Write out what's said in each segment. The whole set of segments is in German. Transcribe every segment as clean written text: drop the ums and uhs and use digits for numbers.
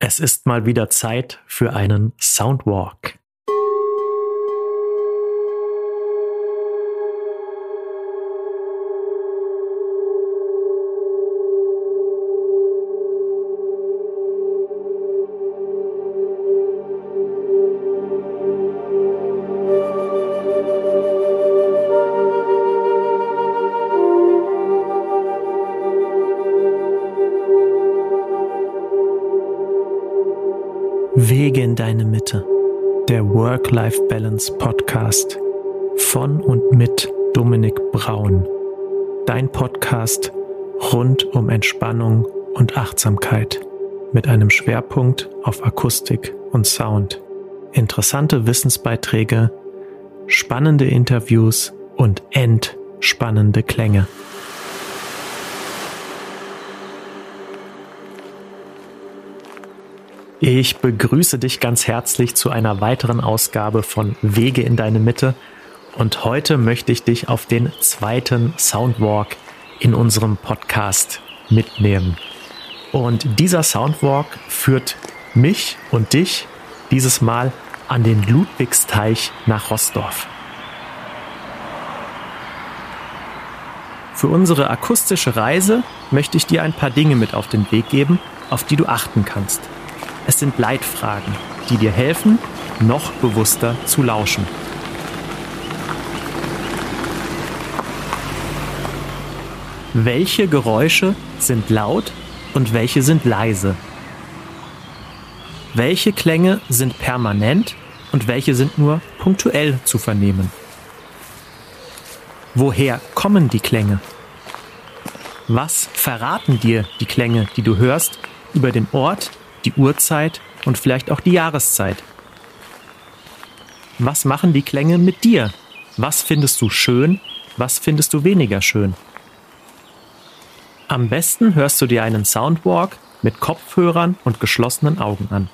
Es ist mal wieder Zeit für einen Soundwalk. Wege in deine Mitte, der Work-Life-Balance-Podcast von und mit Dominik Braun. Dein Podcast rund um Entspannung und Achtsamkeit mit einem Schwerpunkt auf Akustik und Sound. Interessante Wissensbeiträge, spannende Interviews und entspannende Klänge. Ich begrüße dich ganz herzlich zu einer weiteren Ausgabe von Wege in deine Mitte und heute möchte ich dich auf den zweiten Soundwalk in unserem Podcast mitnehmen. Und dieser Soundwalk führt mich und dich dieses Mal an den Ludwigsteich nach Roßdorf. Für unsere akustische Reise möchte ich dir ein paar Dinge mit auf den Weg geben, auf die du achten kannst. Es sind Leitfragen, die dir helfen, noch bewusster zu lauschen. Welche Geräusche sind laut und welche sind leise? Welche Klänge sind permanent und welche sind nur punktuell zu vernehmen? Woher kommen die Klänge? Was verraten dir die Klänge, die du hörst, über den Ort, die Uhrzeit und vielleicht auch die Jahreszeit? Was machen die Klänge mit dir? Was findest du schön? Was findest du weniger schön? Am besten hörst du dir einen Soundwalk mit Kopfhörern und geschlossenen Augen an.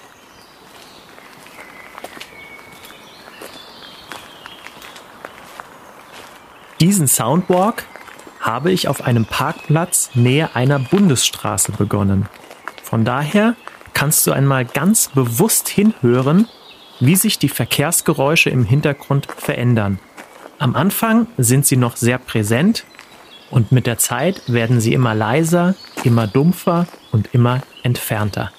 Diesen Soundwalk habe ich auf einem Parkplatz nähe einer Bundesstraße begonnen. Von daher kannst du einmal ganz bewusst hinhören, wie sich die Verkehrsgeräusche im Hintergrund verändern. Am Anfang sind sie noch sehr präsent und mit der Zeit werden sie immer leiser, immer dumpfer und immer entfernter.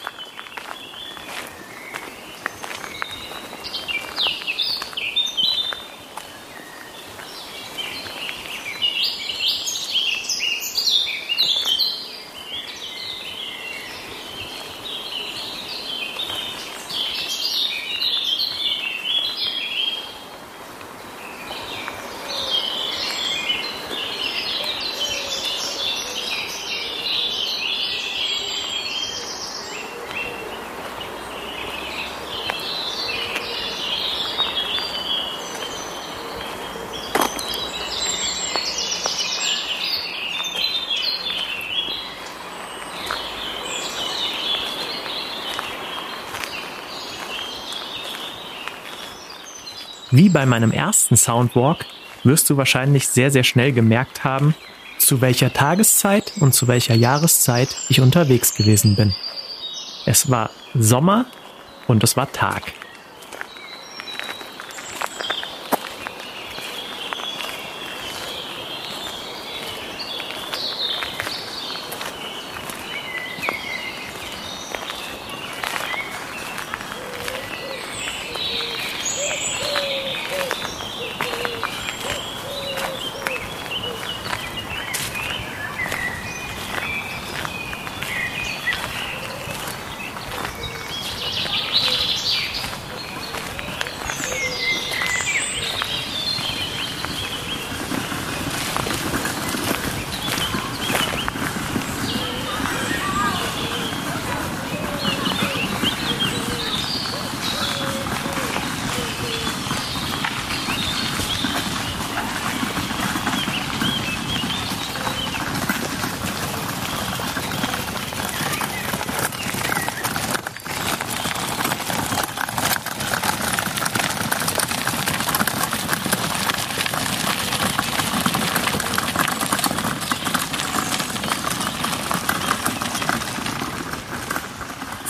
Wie bei meinem ersten Soundwalk wirst du wahrscheinlich sehr, sehr schnell gemerkt haben, zu welcher Tageszeit und zu welcher Jahreszeit ich unterwegs gewesen bin. Es war Sommer und es war Tag.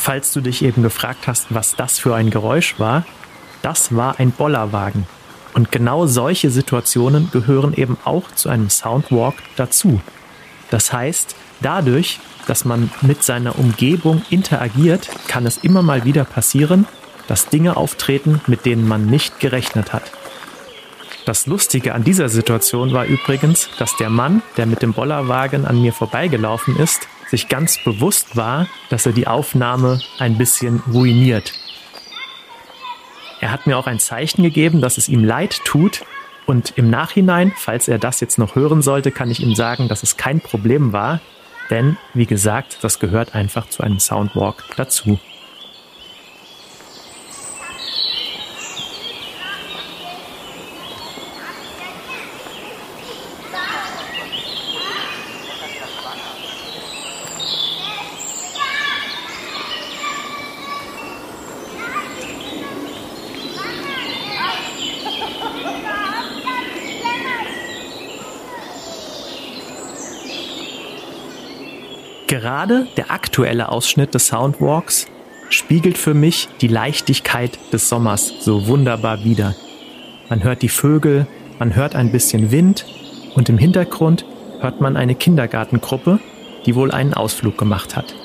Falls du dich eben gefragt hast, was das für ein Geräusch war, das war ein Bollerwagen. Und genau solche Situationen gehören eben auch zu einem Soundwalk dazu. Das heißt, dadurch, dass man mit seiner Umgebung interagiert, kann es immer mal wieder passieren, dass Dinge auftreten, mit denen man nicht gerechnet hat. Das Lustige an dieser Situation war übrigens, dass der Mann, der mit dem Bollerwagen an mir vorbeigelaufen ist, sich ganz bewusst war, dass er die Aufnahme ein bisschen ruiniert. Er hat mir auch ein Zeichen gegeben, dass es ihm leid tut, und im Nachhinein, falls er das jetzt noch hören sollte, kann ich ihm sagen, dass es kein Problem war, denn, wie gesagt, das gehört einfach zu einem Soundwalk dazu. Gerade der aktuelle Ausschnitt des Soundwalks spiegelt für mich die Leichtigkeit des Sommers so wunderbar wider. Man hört die Vögel, man hört ein bisschen Wind und im Hintergrund hört man eine Kindergartengruppe, die wohl einen Ausflug gemacht hat.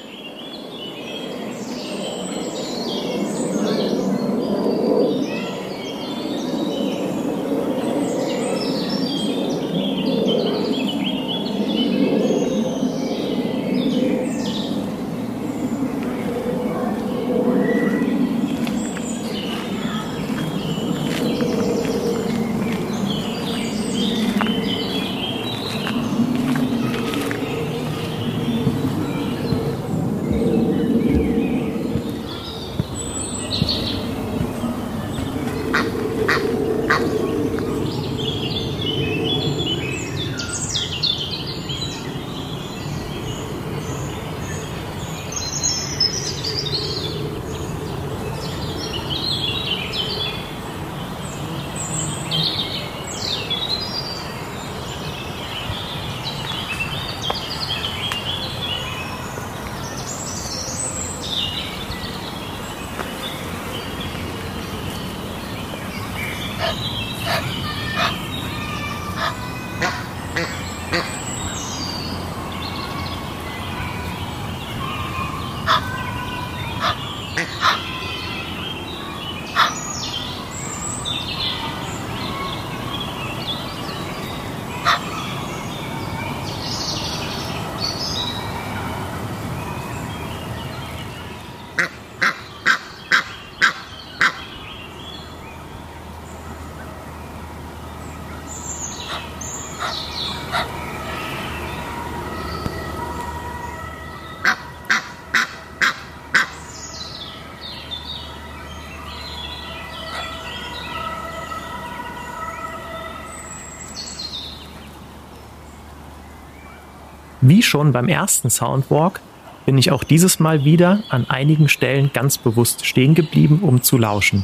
Wie schon beim ersten Soundwalk bin ich auch dieses Mal wieder an einigen Stellen ganz bewusst stehen geblieben, um zu lauschen.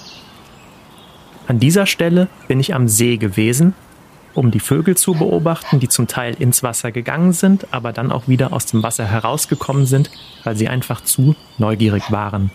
An dieser Stelle bin ich am See gewesen, um die Vögel zu beobachten, die zum Teil ins Wasser gegangen sind, aber dann auch wieder aus dem Wasser herausgekommen sind, weil sie einfach zu neugierig waren.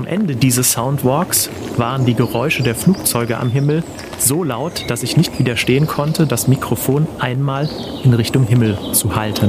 Am Ende dieses Soundwalks waren die Geräusche der Flugzeuge am Himmel so laut, dass ich nicht widerstehen konnte, das Mikrofon einmal in Richtung Himmel zu halten.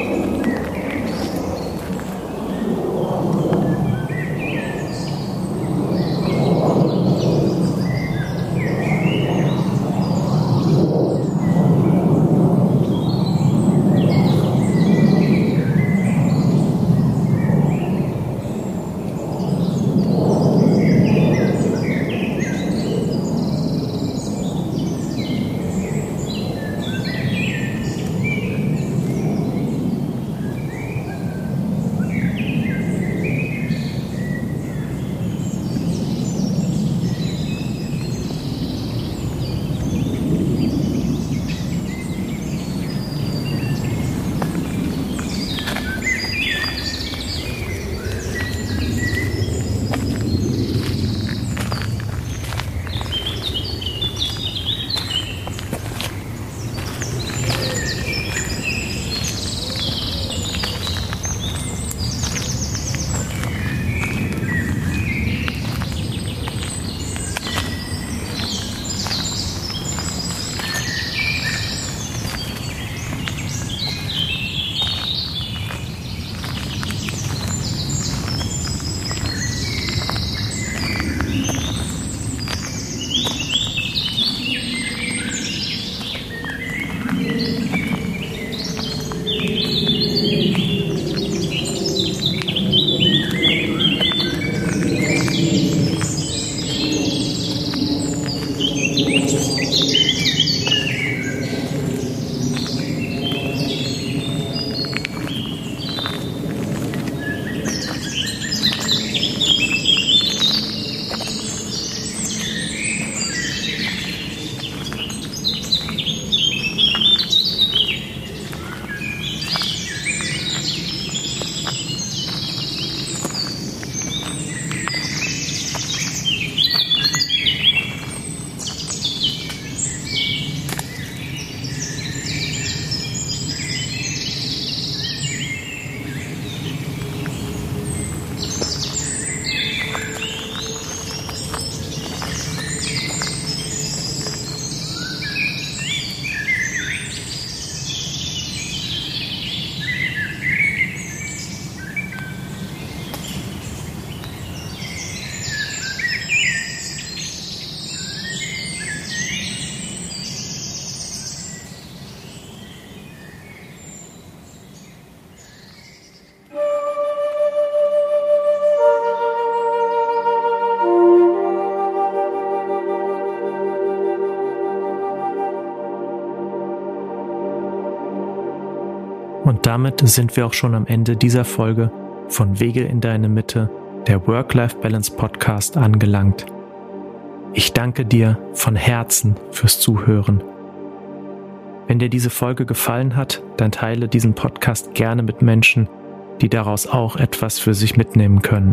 Und damit sind wir auch schon am Ende dieser Folge von Wege in deine Mitte, der Work-Life-Balance-Podcast angelangt. Ich danke dir von Herzen fürs Zuhören. Wenn dir diese Folge gefallen hat, dann teile diesen Podcast gerne mit Menschen, die daraus auch etwas für sich mitnehmen können.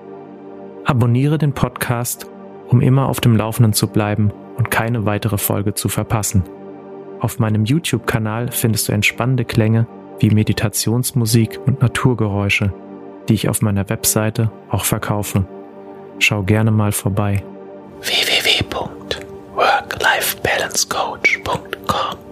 Abonniere den Podcast, um immer auf dem Laufenden zu bleiben und keine weitere Folge zu verpassen. Auf meinem YouTube-Kanal findest du entspannende Klänge wie Meditationsmusik und Naturgeräusche, die ich auf meiner Webseite auch verkaufe. Schau gerne mal vorbei. www.worklifebalancecoach.com